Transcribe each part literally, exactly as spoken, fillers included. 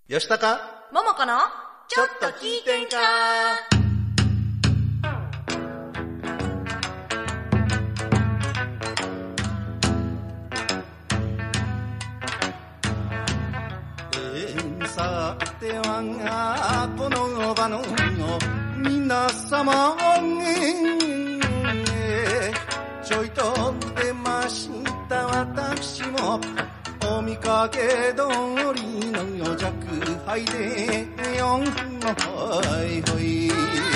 よしたかももこのちょっと聞いてんか。 さてはこの場の皆様ちょいと出ました私もお見かけ通りの弱敗でよんほいほい。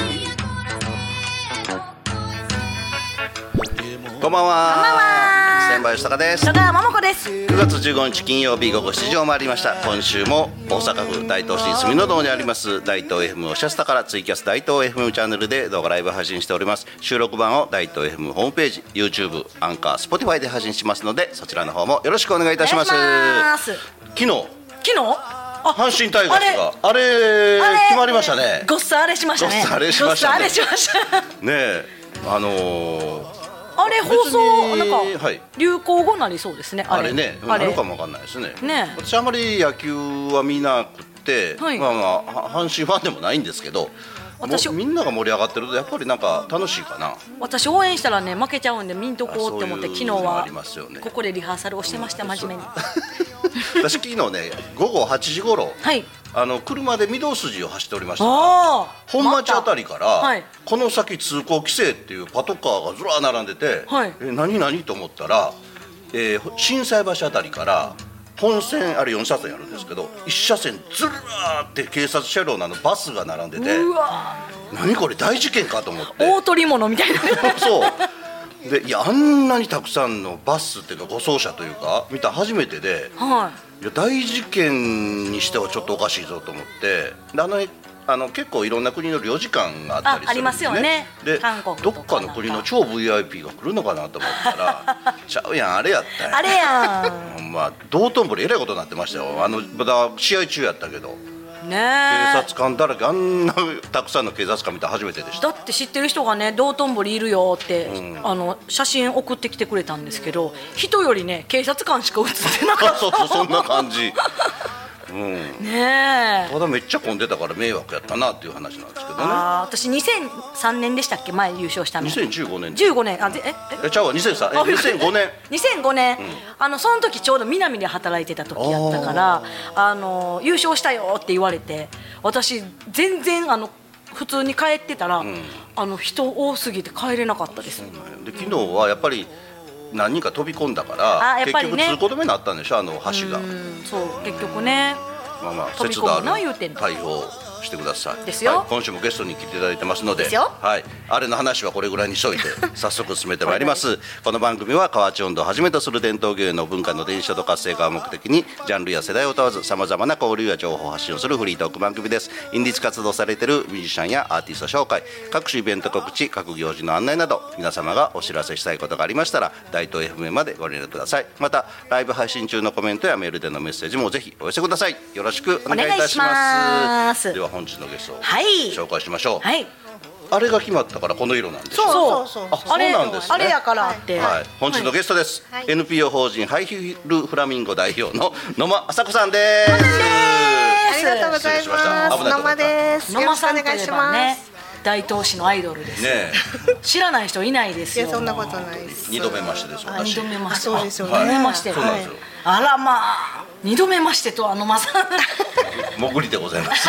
こんばんは。 こんばんは。 千葉吉高です。 戸川桃子です。 くがつじゅうごにち金曜日午後しちじを回りました。今週も大阪府大東市住の堂にあります大東 エフエム おしゃスタからツイキャス大東 エフエム チャンネルで動画ライブ配信しております。収録版を大東 エフエム ホームページ YouTube、アンカー、Spotify で配信しますので、そちらの方もよろしくお願いいたします。 お願いします。 昨日昨日阪神タイガースがあれ決まりましたね。 ごっそあれしましたね。 ごっそあれしましたね。 ごっそあれしましたねえ、あのーあれ放送なんか、 はい、 流行語なりそうですね。 あれ、あれね、 あれなるかもわかんないですね。 ね、 私あまり野球は見なくて、はい、まあまあ阪神ファンでもないんですけど、私みんなが盛り上がってるとやっぱりなんか楽しいかな。 私応援したらね負けちゃうんで見んとこうって思って、昨日はここでリハーサルをしてました。真面目に私昨日ね午後はちじ頃、はい、あの車で御堂筋を走っておりましたが、本町あたりから、はい、この先通行規制っていうパトカーがずらー並んでて、はい、え何何と思ったら、えー、心斎橋あたりから本線あれよんしゃせんあるんですけど、いっしゃせんずらーって警察車両のあのバスが並んでて、うわ何これ大事件かと思って、 大取り物みたいなそうで、いやあんなにたくさんのバスっていうか護送車というか見た初めてで、はい、いや大事件にしてはちょっとおかしいぞと思って、であのあの結構いろんな国の領事館があったりするんですね。あ、ありますよね。でどっかの国の超 ブイアイピー が来るのかなと思ったらちゃうやん、あれやったんや。 あれやんまあ道頓堀えらいことになってましたよ。あのまだ試合中やったけどね、警察官だらけ、あんなたくさんの警察官見たら初めてでした。 だって知ってる人がね道頓堀いるよって、うん、あの写真送ってきてくれたんですけど、人よりね警察官しか写ってなかったそうそう、そんな感じうん、 ねえ、 ただめっちゃ混んでたから迷惑やったなっていう話なんですけどね。 あ、私にせんさんねんでしたっけ、前優勝したの。 にせんじゅうごねんじゅうごねん、あえええちゃうわ、にせんさんえにせんごねんにせんごねん、うん、あのその時ちょうど南で働いてた時やったから、あの優勝したよって言われて、私全然あの普通に帰ってたら、うん、あの人多すぎて帰れなかったです。 で昨日はやっぱり何人か飛び込んだから、ね、結局通行止めになったんでしょ、あの橋が。 うんそう結局ね、 まあまあ節度ある対応してください。 ですよ、 はい、今週もゲストに来ていただいてますので、はい、あれの話はこれぐらいにしといて早速進めてまいります。この番組は河内音頭をはじめとする伝統芸能文化の伝承と活性化を目的にジャンルや世代を問わずさまざまな交流や情報を発信をするフリートーク番組です。インディーズ活動されているミュージシャンやアーティスト紹介、各種イベント告知、各行事の案内など皆様がお知らせしたいことがありましたら大東 エフエム までご連絡ください。またライブ配信中のコメントやメールでのメッセージもぜひお寄せください。よろしくお願いいたします。では本日のゲストを紹介しましょう。はい、あれが決まったからこの色なんです。 そうそうそう、 あ、そうなんですね。 あれやからって、 はい、本日のゲストです、はい、エヌピーオー 法人ハイヒールフラミンゴ代表の野間麻子さんです。 ありがとうございます。野間です。 野間さんといえばね、大東市のアイドルです。ね、知らない人いないですよ。 いやそんなことないです。 二度目ましてです。 二度目まして。 そうですよね。 二度目まして。あらまあ、二度目ましてとは野間さん。 潜りでございます。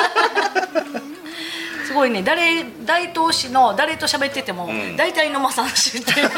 すごいね、誰大東市の誰と喋ってても、うん、大体野間さん知ってる。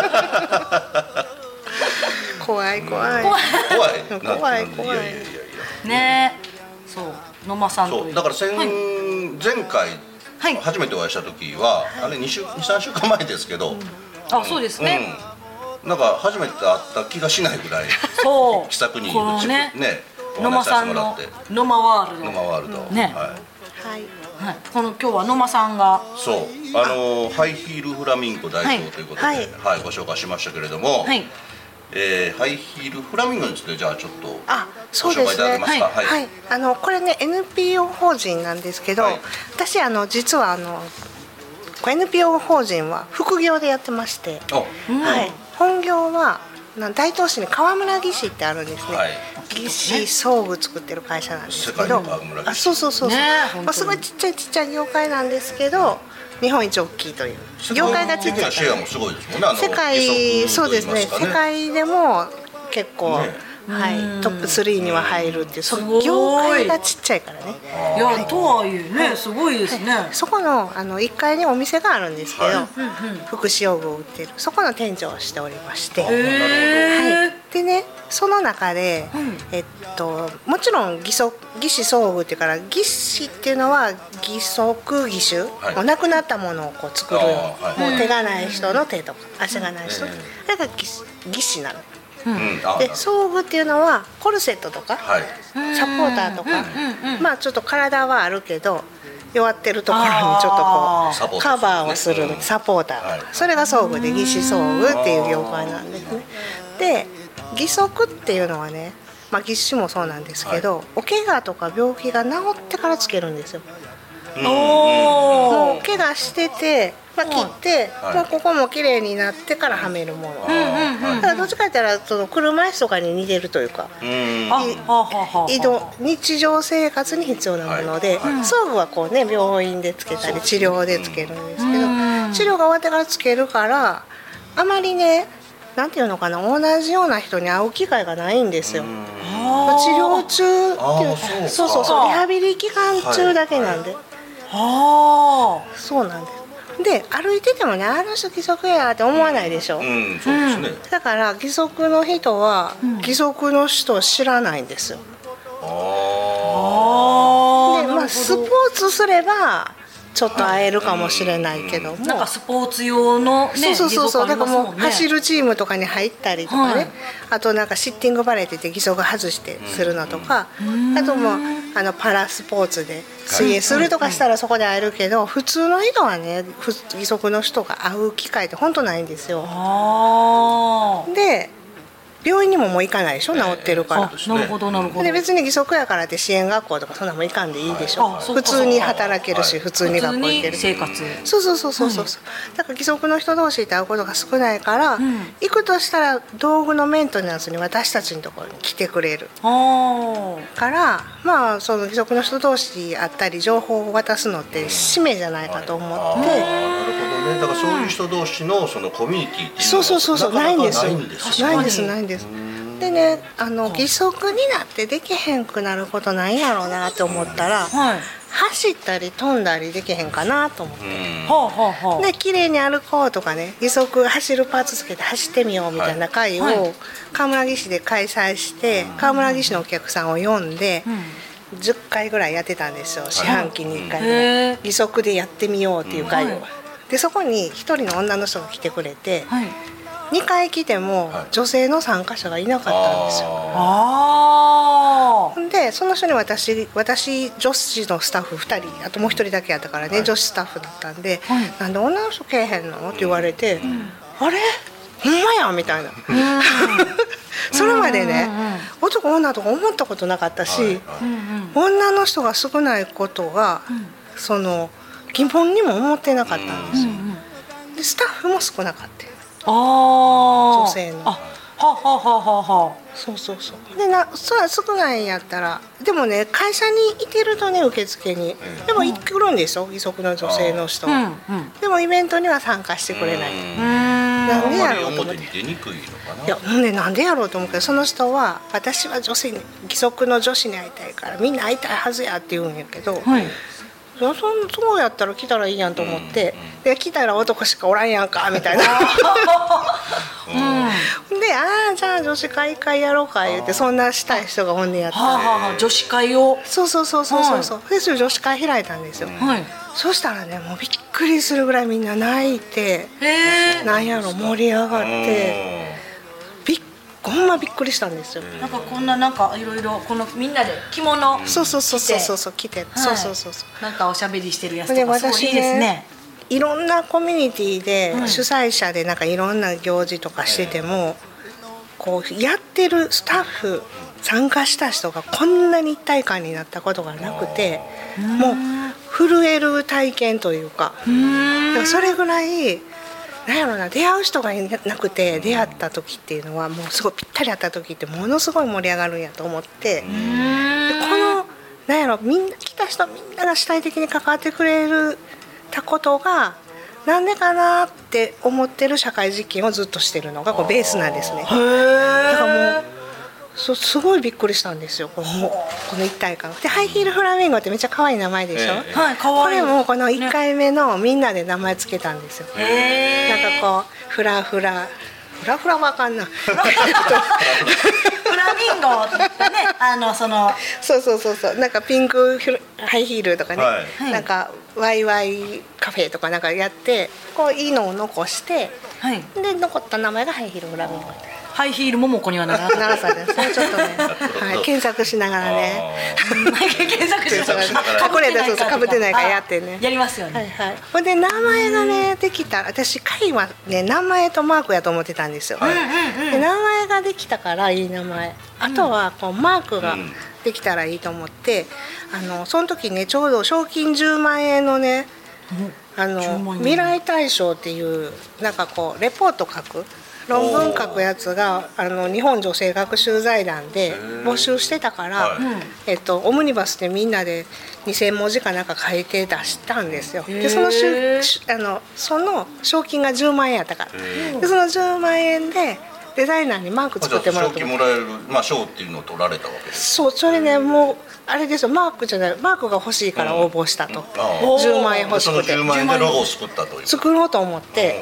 怖い怖い怖い怖い怖いね。そう野間さんとそうだから先、はい、前回、はい、初めてお会いした時は、はい、あれにしゅうさんしゅうかんまえですけど、うん、 あそうですね、 うん、なんか初めて会った気がしないぐらいそう気さくにこのねね野間さんの野間ワールド野間ワールド、 ね、はいはい、この今日は野間さんがそうあのハイヒールフラミンゴ代表ということで、はいはい、ご紹介しましたけれども、はいえー、ハイヒールフラミンゴについてじゃあちょっとご紹介いただけますか。 はい、はい、あのこれね エヌピーオー 法人なんですけど、はい、私あの実はあの エヌピーオー 法人は副業でやってまして、はい、本業は大東市に川村義士ってあるんですね、 はい、 義士装具作ってる会社なんですけど、あ、そうそうそうそう、 ね、 まあ、すごいちっちゃいちっちゃい業界なんですけど日本一大きいという業界がちっちゃいシェアもすごいですもんね。あの世界そうですね、世界でも結構、ね、はい、トップスリーには入るっていう、その業界がちっちゃいからね。 いや、はい、とはいえね、はい、すごいですね。 そこのあのいっかいにお店があるんですけど、はい、福祉用具を売ってるそこの店長をしておりまして、はい、でね、その中で、うん、えっともちろん義足義肢装具っていうから義肢っていうのは義足義手、はい、もうなくなったものをこう作る、はい、もう手がない人の手とか足がない人、うん、それが義肢なの。うん、で装具っていうのはコルセットとか、はい、サポーターとか、うん、まあちょっと体はあるけど弱ってるところにちょっとこうカバーをするサポーターとか、それが装具で義肢装具っていう業界なんですね。で義足っていうのはね、まあ、義手もそうなんですけど、はい、お怪我とか病気が治ってからつけるんですよ。おもう怪我してて、まあ、切って、はい、もうここも綺麗になってからはめるもの、だからどっちかって言ったらその車椅子とかに似てるというか、うん、移動日常生活に必要なもので、はいはい、装具はこう、ね、病院でつけたり治療でつけるんですけど、治療が終わってからつけるからあまりね、なんていうのかな、同じような人に会う機会がないんですよ。治療中っていう、そうそうそう、リハビリ期間中だけなんで、はいはい、そうなんです。で歩いててもね、あの人義足やって思わないでしょ、うんうん、そうですね、だから義足の人は、うん、義足の人を知らないんですよ。あで、まあ、スポーツすればちょっと会えるかもしれないけども、 なんかスポーツ用の、ね、 そうそうそうそう、だからもう走るチームとかに入ったりとかね、はい、あとなんかシッティングバレーって言って義足外してするのとか、あともうあのパラスポーツで水泳するとかしたらそこで会えるけど、普通の人はね、義足の人が会う機会って本当ないんですよ。で病院にももう行かないでしょ、治ってるから、えー、 なるほどなるほど。 で別に義足やからって支援学校とかそんなも行かんでいいでしょ、はい、普通に働けるし、はい、普通に学校行ける生活、 そうそうそうそうそう、はい、だから義足の人同士で会うことが少ないから、うん、行くとしたら道具のメンテナンスに私たちのところに来てくれるから、まあその義足の人同士会ったり情報を渡すのって使命じゃないかと思って、はい、なるほどね。だからそういう人同士のそのコミュニティっていうのはそうそうそうそう、ないんですよ、 ないんですないんですないんです。でね、あの義足になってできへんくなることないやろうなって思ったら、はい、走ったり飛んだりできへんかなと思って、うん、で綺麗に歩こうとかね、義足走るパーツつけて走ってみようみたいな会を川村義士で開催して、川村義士のお客さんを呼んで、うん、じゅっかいぐらいやってたんですよ、四半期にいっかいぐらい義足でやってみようっていう会を、はい、でそこにひとりの女の人が来てくれて、はい、にかい来ても女性の参加者がいなかったんですよ。あでその人に私私女子のスタッフふたり、あともうひとりだけやったからね、はい、女子スタッフだったんで、はい、なんで女の人来えへんのって言われて、うん、あれほんまやみたいな、うん、それまでね、うん、男女とか思ったことなかったし、はいはい、女の人が少ないことが、うん、その疑問にも思ってなかったんですよ、うんうん、でスタッフも少なかった、あ女性の、あはははははそうそうそうでな、そら少ないんやったら、でもね会社にいてるとね、受付にでも来るんでしょ、義足の女性の人、うんうん、でもイベントには参加してくれない、うんなんでやろうと思って、出にくいのかな、いやほんでなんでやろうと思うけど、その人は私は女性に義足の女子に会いたいからみんな会いたいはずやって言うんやけど、はい、そ, そうやったら来たらいいやんと思って、うんうん、で来たら男しかおらんやんかみたいな、うん、でああじゃあ女子会会やろうか言って、そんなしたい人が本音やったら、はあはあ、女子会をそうそうそうそうそうそう、はい、でそれ女子会開いたんですよ、はい、そしたらね、もうびっくりするぐらいみんな泣いて、なんやろ盛り上がって、びっほんまびっくりしたんですよ。 なんかこんななんかいろいろこのみんなで着物着て、 そうそうそうそうそう着て、はい、そうそうそうそう、 なんかおしゃべりしてるやつとかすごいいいですね。 いろんなコミュニティで、うん、主催者でなんかいろんな行事とかしてても、こうやってるスタッフ参加した人がこんなに一体感になったことがなくて、もう震える体験というか、だからそれぐらいなんやろな、出会う人がいなくて出会った時っていうのはもうすごいぴったり会った時ってものすごい盛り上がるんやと思って、でこのなんやろ、みんな来た人みんなが主体的に関わってくれるたことがなんでかなって思ってる社会実験をずっとしてるのがこうベースなんですね。だからもうそうすごいびっくりしたんですよ、このこの一体感で。ハイヒールフラミンゴってめっちゃ可愛い名前でしょ、えー、はい、可愛い。これもこのいっかいめのみんなで名前つけたんですよ。へー、なんかこうフラフラフラフラわかんないフラミンゴってね、あのそのそうそうそうそう、なんかピンクハイヒールとかね、はい、なんかワイワイカフェとかなんかやってこういいのを残して、はい、で残った名前がハイヒールフラミンゴ。 ハイヒールももこにはならなかった。ならさです。それちょっとね、はい、検索しながらね。検索しながら。隠れたそうそう、かぶってないからやってね。 やりますよね。 はいはい。ほんで名前がねできた、私会はね名前とマークやと思ってたんですよ。で名前ができたからいい名前。あとはこうマークができたらいいと思って、あのその時ねちょうど賞金じゅうまんえんのね、あの未来大賞っていうなんかこうレポート書く。論文書くやつがあの日本女性学習財団で募集してたから、はい、えっと、オムニバスでみんなでにせんもじかなんか書いて出したんですよ。でそのしゅあのその賞金がじゅうまんえんやったから、でそのじゅうまんえんでデザイナーにマーク作ってもらうと。 賞金もらえる、まあ、賞っていうのを取られたわけです。 そう、それねもうあれですよ、マークじゃない、マークが欲しいから応募したと、うん、じゅうまんえん欲しくて、そのじゅうまんえんでロゴを作ったという。 作ろうと思って、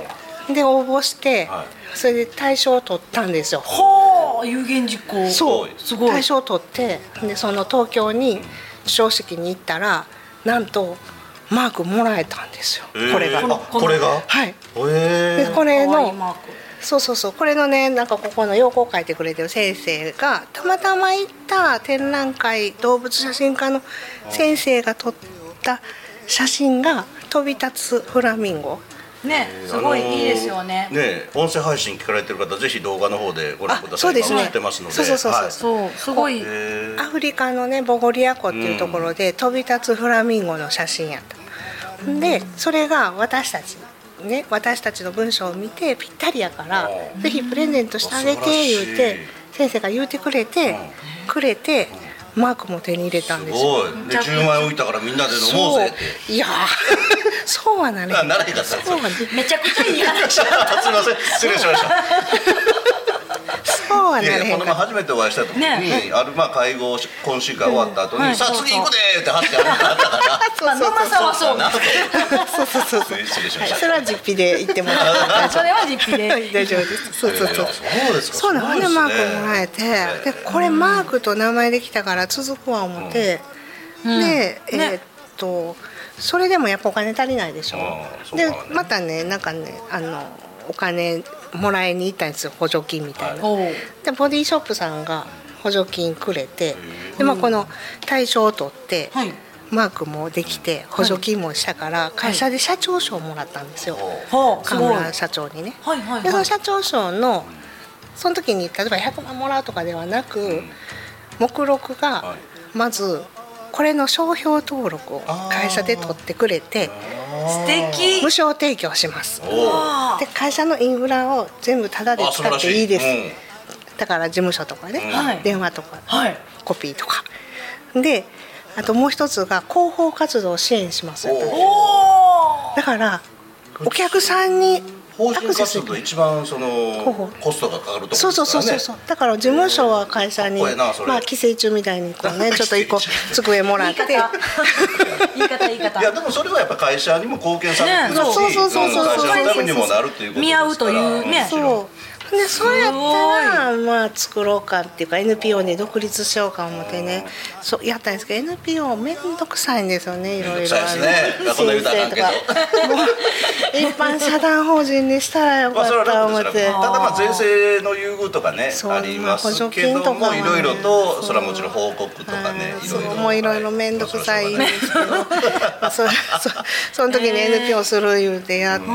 で応募して、はい、それで大賞を取ったんですよ。 はあ、有言実行。 そう、すごい。大賞を取ってでその東京に授賞式に行ったらなんとマークもらえたんですよ、えー、これがこれがはい、 えー、 でこれのそうそうそう、これのねなんかここの要項を書いてくれてる先生がたまたま行った展覧会、動物写真家の先生が撮った写真が飛び立つフラミンゴね、すごいいいですよね。 ね、音声配信聞かれてる方ぜひ動画の方でご覧ください。 そうですね。 載ってますので。 そうそうそうそう、 はい、そうすごい。 アフリカのねボゴリア湖っていうところで、うん、飛び立つフラミンゴの写真やった。うん、でそれが私たちね、私たちの文章を見てぴったりやから、うん、ぜひプレゼントしてあげて言うて先生が言うてくれて、うん、くれて。マークも手に入れたんですよ。すごい。でじゅうまんえん浮いたからみんなで飲もうぜって。 いやそうはなれへん。 ならへんかった。そうはめちゃくちゃいい話。 すみません、失礼しました。 そうはなれへんかった。 いやこの前初めてお会いした時に、ね、あるまあ会合懇親会終わった後に、うん、さあ次行くでーって話してあったから。 そうそうそうそう。 そうそうそうそう。 失礼しました。 それは実費で行ってもらった。 それは実費で大丈夫です。そうそうそう。 そうですか。 そうなの。でマークもらえて、でこれマークと名前できたから続くわ思って、でえっとそれでもやっぱお金足りないでしょ。でまたねなんかねあのお金もらいに行ったんですよ、補助金みたいな。でボディショップさんが補助金くれて、でまあこの大賞を取って。マークもできて補助金もしたから会社で社長賞をもらったんですよ、河村社長にね。でその社長賞のその時に例えばひゃくまんもらうとかではなく、目録がまずこれの商標登録を会社で取ってくれて、 素敵、 無償提供します。で会社のインフラを全部タダで使っていいです、うん、だから事務所とかね、うん、電話とか、はい、コピーとかで、あともう一つが広報活動を支援しますよ。だからお客さんに法人活動と一番そのコストがかかるところですからね。そうそうそうそう。 だから事務所は会社にまあ寄生虫みたいにこうねちょっと一個机もらって。 言い方言い方。 いやでもそれはやっぱ会社にも貢献されてるし、 そうそうそうそう。 会社のためにもなるっていうことですから。 見合うというね。 そう。でそうやったらまあ作ろうかっていうか エヌピーオー で独立しようか思ってね、そうやったんですけど エヌピーオー めんどくさいんですよね、いろいろ申請とか。 一般社団法人にしたらよかった思って。 ただまあ税制の優遇とかねありますけども、いろいろとそれはもちろん報告とかね、いろいろもういろいろめんどくさいんですけど、そその時に エヌピーオー する言うてやって、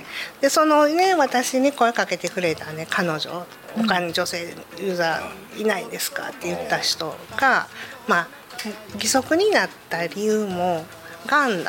でそのね私に声かけてくれたね彼女、他に女性ユーザーいないんですかって言った人が、まあ義足になった理由もがんだったんで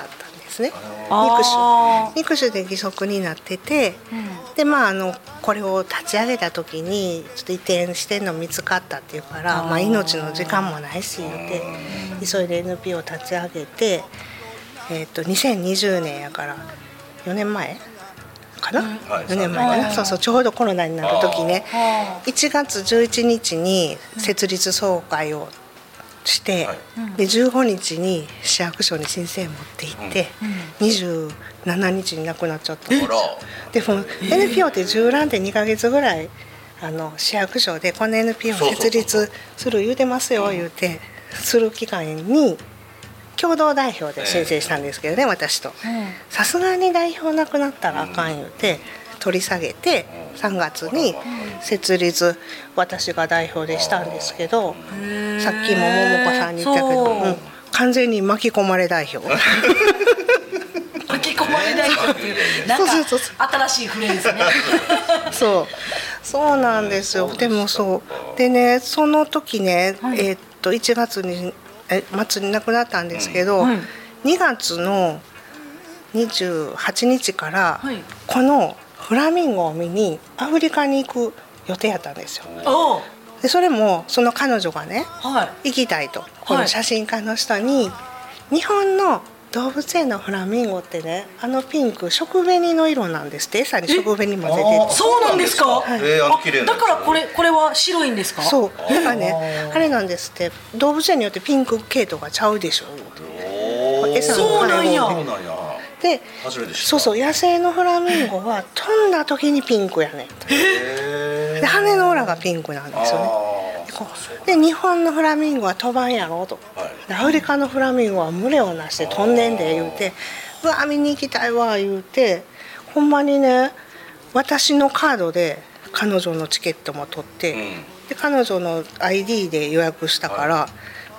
ですね。肉種肉種で義足になってて、うん、でまああのこれを立ち上げた時にちょっと移転してんの見つかったっていうから、まあ、命の時間もないし言って急いで エヌピーオー 立ち上げて、えー、とにせんにじゅうねんやからよねんまえかな、うん、よねんまえかな、そうそうちょうどコロナになる時ねいちがつじゅういちにちに設立総会をして、うん、でじゅうごにちに市役所に申請持って行って、うん、にじゅうしちにちに亡くなっちゃったんです。でも エヌピーオー って縦覧でにかげつぐらいあの市役所でこの エヌピーオー 設立する言うてますよ言うてする期間に共同代表で申請したんですけどね、私とさすがに代表なくなったらあかん言うて取り下げてさんがつに設立私が代表でしたんですけど、さっきも桃子さんに言ったけど、うん、完全に巻き込まれ代表巻き込まれ代表っていうなんか新しいフレーズねそうそうなんですよ。でもそうでねその時ね、はい、えー、っといちがつにえ末に亡くなったんですけど、はい、にがつのにじゅうはちにちから、はい、このフラミンゴを見にアフリカに行く予定やったんですよ。でそれもその彼女がね、はい、行きたいとこの写真家の人に、はい、日本の動物園のフラミンゴってねあのピンク食紅の色なんですって。餌に食紅も出てて。 そうなんですか、 はい、えー、あの綺麗なだからこれこれは白いんですか。 そうだからねあれなんですって。動物園によってピンク系統がちゃうでしょう。餌のそうなんや。 でそうそう野生のフラミンゴは飛んだ時にピンクやねん。で羽の裏がピンクなんですよね。で日本のフラミンゴは飛ばんやろと、はい、アフリカのフラミンゴは群れをなして飛んでんで言うてうわ見に行きたいわ言うてほんまにね私のカードで彼女のチケットも取って、うん、で彼女の アイディー で予約したから、はい、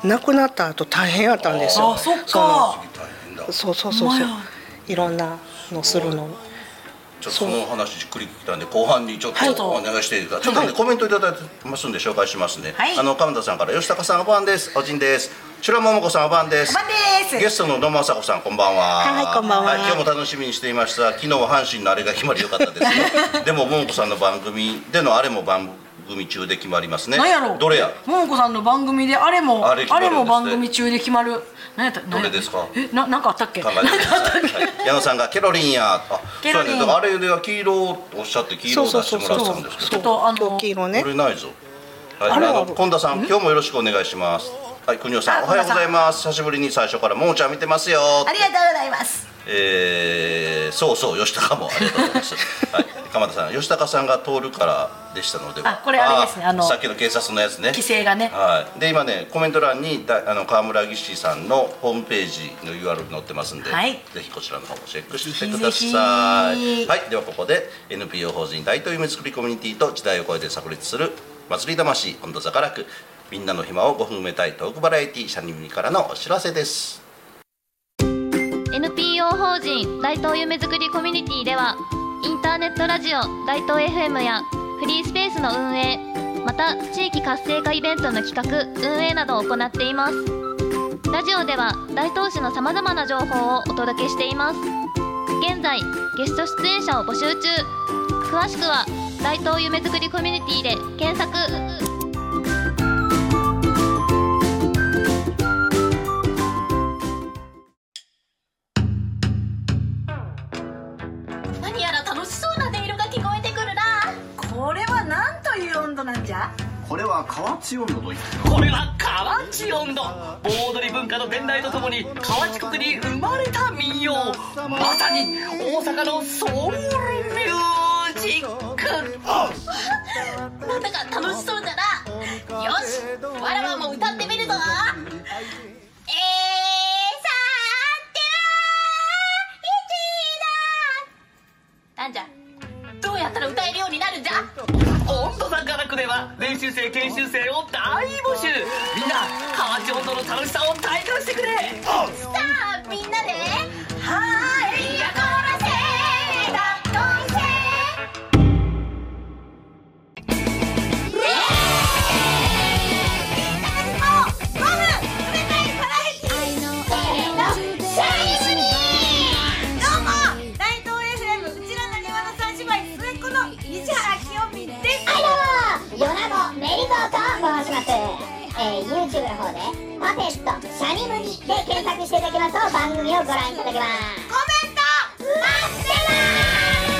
亡くなった後大変やったんですよ。 あそっかそうそうそうそういろんなのするの。 ちょっとその話じっくり聞きたんで後半にちょっとお願いしていいですか。ちょっとねコメントいただいてますんで紹介しますね。はい、あの鎌田さんから吉高さんおばんです。おじんです。白桃子さんおばんです。 おばんです。 ゲストの野間雅子さんこんばんは。 はいこんばんは。はい、 今日も楽しみにしていました。昨日は阪神のあれが決まりよかったですね。でも桃子さんの番組でのあれも番組中で決まりますね。 何やろ。 どれや。 桃子さんの番組であれも あれ, あれも番組中で決まる。何やったどれですか。 えななんかあったっけ。 考えてください。矢野さんがケロリンや。あケロリン。 そうね、あれでは黄色をおっしゃって黄色を出してもらったんですけど。 ちょっとあの黄色ね。 これないぞ。はい、あの近田さん今日もよろしくお願いします。はい、国尾さんおはようございます。久しぶりに最初からももちゃん見てますよ。 ありがとうございます。 えー、そうそう吉高もありがとうございます。はい、鎌田さん吉高さんが通るからでしたのでは。 あこれあれですねあのさっきの警察のやつね。 規制がね。 はい。で今ねコメント欄にだあの川村技師さんのホームページの ユーアールエル 載ってますんで、はい、ぜひこちらの方もチェックしてください。はい。ではここで エヌピーオー 法人大東夢作りコミュニティと時代を超えて炸裂する祭り魂温度差が楽みんなの暇をごふん埋めたいトークバラエティシャニミからのお知らせです。 エヌピーオー 法人大東夢作りコミュニティではインターネットラジオ大東 エフエム やフリースペースの運営また地域活性化イベントの企画運営などを行っています。ラジオでは大東市のさまざまな情報をお届けしています。現在ゲスト出演者を募集中。詳しくは大東夢作りコミュニティで検索。 何やら楽しそうな音色が聞こえてくるな。 これは何という温度なんじゃ。 これは河内温度と言ってこれは河内温度。盆踊り文化の伝来とともに河内国に生まれた民謡。まさに大阪のソウルミュージック。 なんだか楽しそうだな。よしわらわも歌ってみるぞ。えー、さーてはなんじゃどうやったら歌えるようになるんじゃ。 温度差科学では練習生研修生を大募集。みんな河内温度の楽しさを体感してくれ。 さあみんなではーいやこらせだっこいせもうごふん冷たいバラエティーせーのシャイニーで検索していただきますと番組をご覧いただけます。コメント待ってます。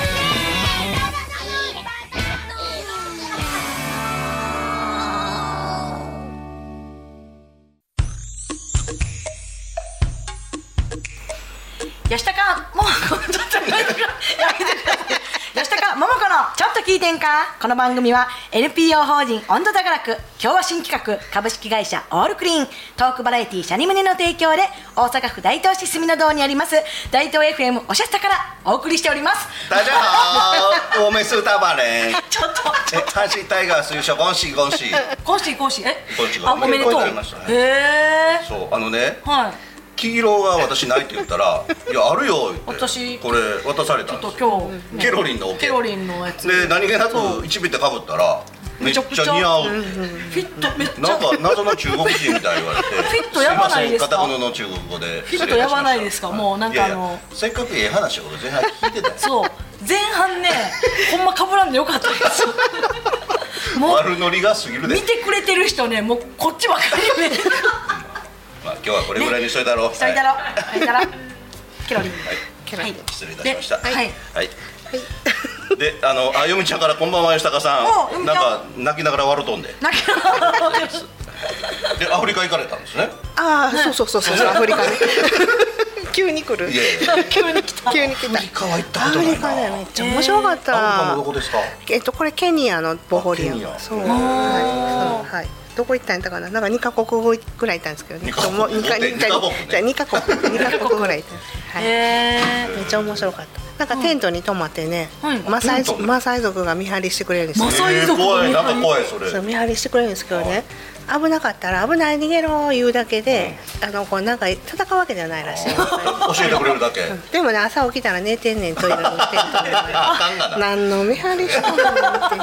吉高ももちょっとやめてください。吉高桃子のちょっと聞いてんか。この番組は エヌピーオー 法人温度宝く今日は新企画株式会社オールクリーントークバラエティシャニムネの提供で大阪府大東市住の堂にあります大東 エフエム おしゃスタからお送りしております。 大家好，我们是大把人。 ちょっとえ、阪神タイガース優勝、恭喜恭喜。 恭喜恭喜。え、 恭喜あ、おめでとう。へえ。 そう、あのね。 はい。 黄色が私ないって言ったら、いやあるよって私これ渡されたんです。 ちょっと今日ケロリンのケロリンのやつで何気なく一尾ってかぶったらめっちゃ似合う。 フィットめっちゃなんか謎の中国人みたい言われて。 フィットやばないですか。 片言の中国語で。 フィットやばないですか。もうなんかあのせっかくええ話を前半聞いてたよ。 そう前半ねほんまかぶらんでよかったです。 悪ノリが過ぎるで。 見てくれてる人ねもうこっちばかりね。 まあ今日はこれぐらいにしといたろう。 しといたろう。しといたろう。ケロリン。 はい。失礼いたしました。 はい。 はい。で、あの、あゆみちゃんからこんばんは吉高さん。なんか泣きながら笑うとんで。 泣きながら笑う。 で、アフリカ行かれたんですね。 ああ、そうそうそうそう、アフリカね。急に来る。 いやいや急に来た。 急に来た。 アフリカは行ったアことないな。 フリカね、めっちゃ面白かった。 アフリカのどこですか。 えっと、これケニアのボホリアム。そう、はい、はい。どこ行ったんやったかな、なんかにカ国語ぐらい行ったんですけどね。 にカ国。 じゃあにカ国、にカ国ぐらい行った。はい。めっちゃ面白かった。なんかテントに泊まってね、マサイマサイ族が見張りしてくれるんですよ。 マサイ族怖い、なんか怖いそれ。 そう見張りしてくれるんですけどね。危なかったら危ない逃げろ言うだけで、あのこうなんか戦うわけじゃないらしい。 教えてくれるだけ。 でもね朝起きたら寝てんねんトイレのテントで。何の見張りしてんのって。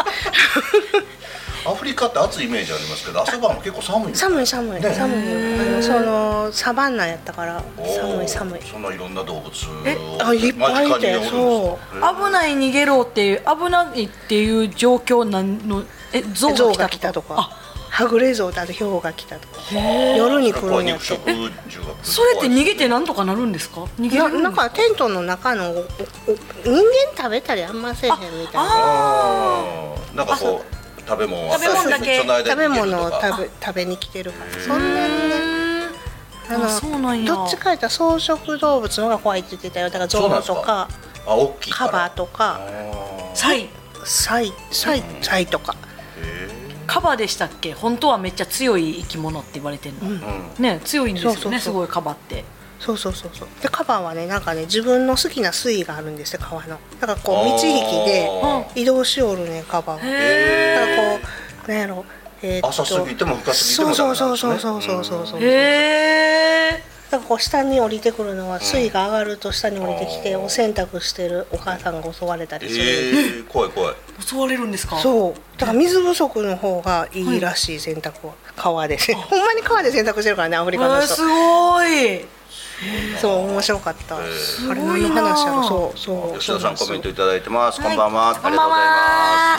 アフリカって暑いイメージありますけど、朝晩も結構寒い。 寒い寒い寒い。あのそのサバンナやったから寒い寒い。 そんないろんな動物。 え、あいっぱいいて、そう。 危ない逃げろっていう危ないっていう状況なんのえ象が来たとか。 はぐれ象だとヒョウが来たとか。夜に来るんやって。 それって逃げてなんとかなるんですか。逃げる。 なんかテントの中の人間食べたりあんませえへんみたいな。 なんかこう。食べ物食べ物だけ食べ物を食べ食べに来てるから。そんなにね。あのどっちか言ったら草食動物のが怖いって言ってたよ。だから象とかカバとかサイサイサイサイとか。 カバでしたっけ。本当はめっちゃ強い生き物って言われてるの。ね強いんですよね。すごいカバって。 そうそうそうそう。でカバはねなんかね自分の好きな水位があるんですよ川の。だからこう道引きで移動しおるねカバは。だからこうなんやろえー、浅すぎても深すぎてもそうそうそうそうそうそうそう。 へえ。 だからこう下に降りてくるのは水位が上がると下に降りてきてお洗濯してるお母さんが襲われたりする。 えー、怖い怖い。 襲われるんですか。 そうだから水不足の方がいいらしい洗濯は川で。ほんまに川で洗濯してるからねアフリカの人。 すごい。 そう面白かった。あれ何の話やろ。そうそう。 吉田さんコメントいただいてます。こんばんは。ありがとうございます。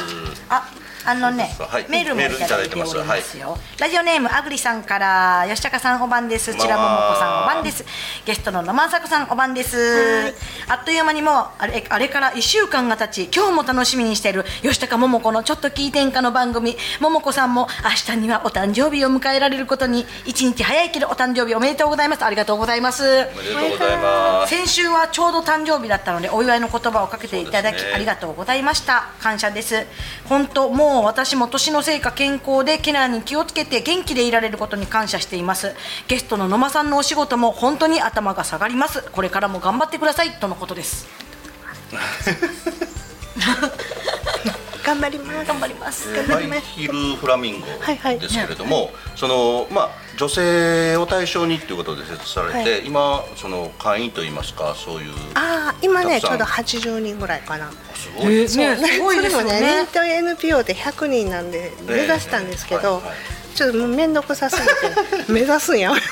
あ、あのね、メールもいただいておりますよ。ラジオネームあぐりさんから吉高さんおばんです。ちらももこさんおばんです。ゲストの野間さんおばんです。あっという間にもうあれあれからいっしゅうかんが経ち、今日も楽しみにしている吉高桃子のちょっと聞いてんかの番組。桃子さんも明日にはお誕生日を迎えられることに一日早いけどお誕生日おめでとうございます。ありがとうございます。 おめでとうございます。 先週はちょうど誕生日だったのでお祝いの言葉をかけていただきありがとうございました。感謝です。本当もう私も年のせいか健康でケナに気をつけて元気でいられることに感謝しています。ゲストの野間さんのお仕事も本当に頭が下がります。これからも頑張ってくださいとのことです。 頑張ります頑張ります。 ハイヒールフラミンゴですけれども、そのまあ女性を対象にということで設置されて、はい、今その会員といいますかそういうああ今ねちょうどはちじゅうにんぐらいかな。 すごいですね。 すごいですよね。 認定 エヌピーオー でひゃくにんなんで目指したんですけど、ちょっともう面倒くさすぎて目指すんやめました。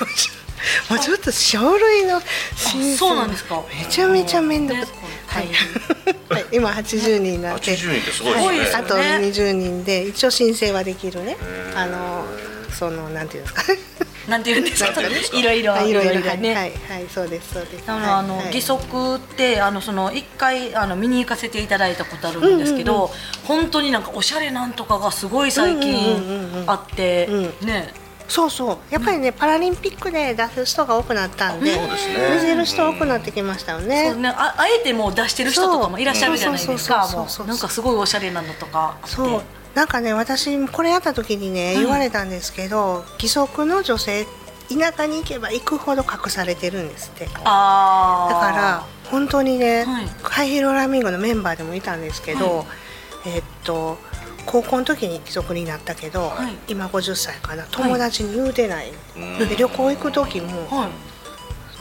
もうちょっと書類の申請そうなんですか。 めちゃめちゃ面倒くさい。はいはい、今はちじゅうにんになって、 はちじゅうにんってすごいですね。 はい、あとにじゅうにんで一応申請はできるね。あのそのなんていうんですかね。 なんて言うんですか、いろいろいろいろね。 はいはいそうですそうです。 あのあの義足ってあのその一回あの見に行かせていただいたことあるんですけど、本当になんかおしゃれなんとかがすごい最近あってね。 そうそうやっぱりねパラリンピックで出す人が多くなったんで、見せる人多くなってきましたよね。 そうね、ああえてもう出してる人とかもいらっしゃるじゃないですか。もうなんかすごいおしゃれなのとかあって。そうなんかね私これやった時にね言われたんですけど、義足の女性田舎に行けば行くほど隠されてるんですって。あだから本当にね、はい、ハイヒールランニングのメンバーでもいたんですけど、はい、えっと高校の時に義足になったけど、はい、今ごじゅっさいかな友達に言うてない、はい、で旅行行く時も、はい、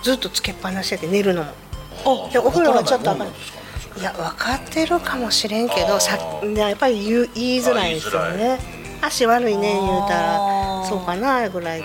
ずっとつけっぱなしで寝るのも、でお風呂はちょっといや分かってるかもしれんけどさやっぱり言, 言いづらいんですよね。足悪いね言うたらそうかなぐらいで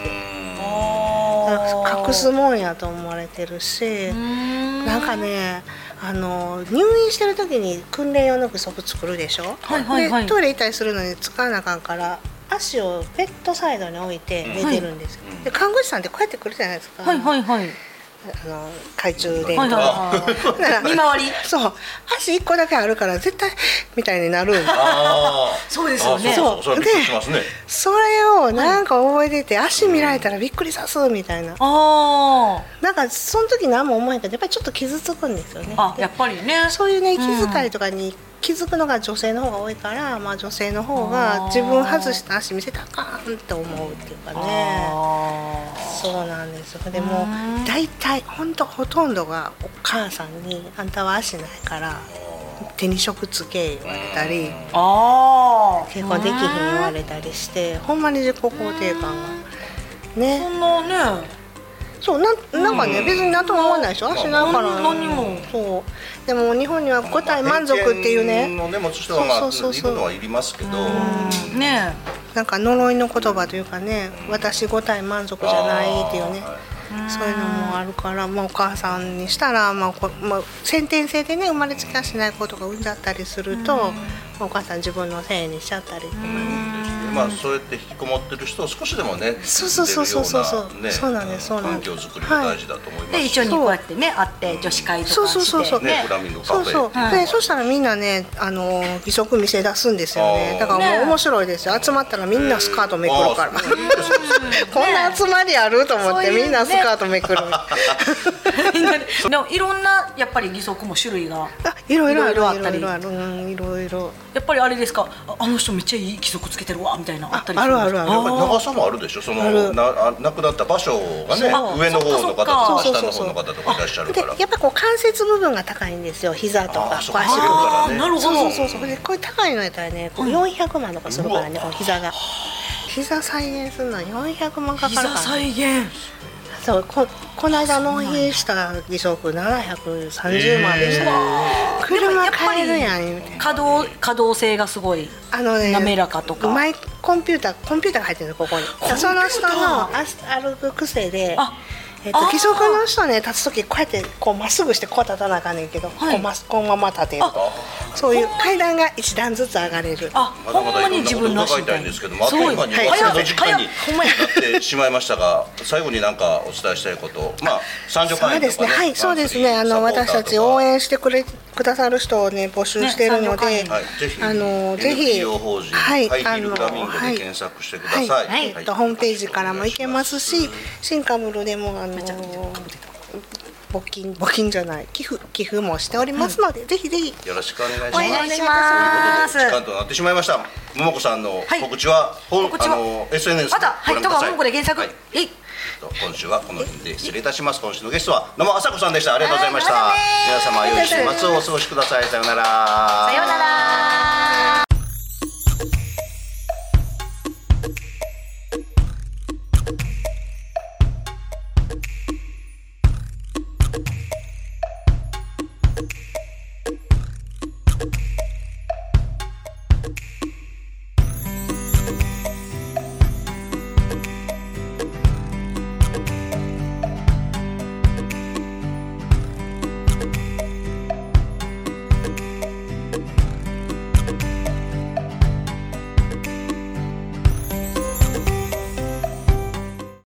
隠すもんやと思われてるし、なんかねあの入院してる時に訓練用の義足作るでしょ、はいはいはい、でトイレ行ったりするのに使わなあかんから足をベッドサイドに置いて寝てるんですよ、はい、で看護師さんってこうやって来るじゃないですか、はいはいはい、あの懐中電灯、はい、見回りそう足いっこだけあるから絶対みたいになるんだそうですよね。 そうそうでそれをなんか覚えてて、はい、足見られたらびっくりさすみたいな、あなんかその時何も思えんけどやっぱりちょっと傷つくんですよね。 あやっぱりねそういうね気遣いとかに気づくのが女性の方が多いから、まあ、女性の方が自分外した足見せたらあかんって思うっていうかね。そうなんですよ。でも大体本当ほとんどがお母さんにあんたは足ないから手に職つけ言われたりあ結婚できひん言われたりしてほんまに自己肯定感がねそんなねそうななんかね、うん、別に何とも思わないでしょ足ないから何もそうでも日本には五体満足っていうねのね持つ人がまあいるのはいりますけどねなんか呪いの言葉というかね私五体満足じゃないっていうねそういうのもあるから、まあ、お母さんにしたら、まあこまあ、先天性でね生まれつきはしない子とか産んじゃったりすると、まあ、お母さん自分のせいにしちゃったりとかねまあそうやって引きこもってる人を少しでもねそうそうそうそうそうそうねそうなんですそうなんです環境づくりが大事だと思いますし、 はい、で一緒にこうやってね会って女子会とかしてそうそうそうねフラミンゴカフェそうそう、はい、でそしたらみんなねあの義足見せ出すんですよね。だからもう面白いですよ。集まったらみんなスカートめくるから、こんな集まりあると思ってみんなスカートめくるでもいろんなやっぱり義足も種類がいろいろあったりいろいろやっぱりあれですかあの人めっちゃいい義足つけてるわみたいなあったりするんですか。 あるあるある長さもあるでしょそのな亡くなった場所がね上の方の方とか下の方の方とかいらっしゃるからでやっぱこう関節部分が高いんですよ。膝とか足首からね。なるほどそうそうそうでこれ高いのやったらねこうよんひゃくまんとかするからねこの膝が膝再現するのによんひゃくまんかかるから、 膝再現そう こ, この間納品した義足ななひゃくさんじゅうまんでした、えー、車買えるやん稼働可動性がすごいあの、ね、滑らかとかマイコンピューターコンピューターが入ってるのここにその人の歩く癖でえっと、義足の人ね立つ時こうやってこうまっすぐしてこう立たなあかんねんけど、はい、こうまこのまま立てるとそういう階段が一段ずつ上がれる。 あほんまに自分の足みたいんですけどまあ今に私の時間になってしまいましたが最後に何かお伝えしたいことまあ三女会員とかねはいそうですねあの私たち応援してくれくださる人をね募集しているので、ねはい、 ぜひあのぜひエヌピーオー 法人ハイヒールフラミンゴで検索してください。 はいはいえっとホームページからも行けますしシンカムルでもあの募金募金じゃない寄付寄付もしておりますので、うん、ぜひぜひよろしくお願いします。 お願いします。 ということで時間となってしまいました。桃子さんの告知は、はい、あの エスエヌエス でご覧ください。またはいとか桃子で検索。はい。今週はこの辺で失礼いたします。今週のゲストは野間麻子さんでした。ありがとうございました。皆様良い週末をお過ごしください。さようなら。 さようなら。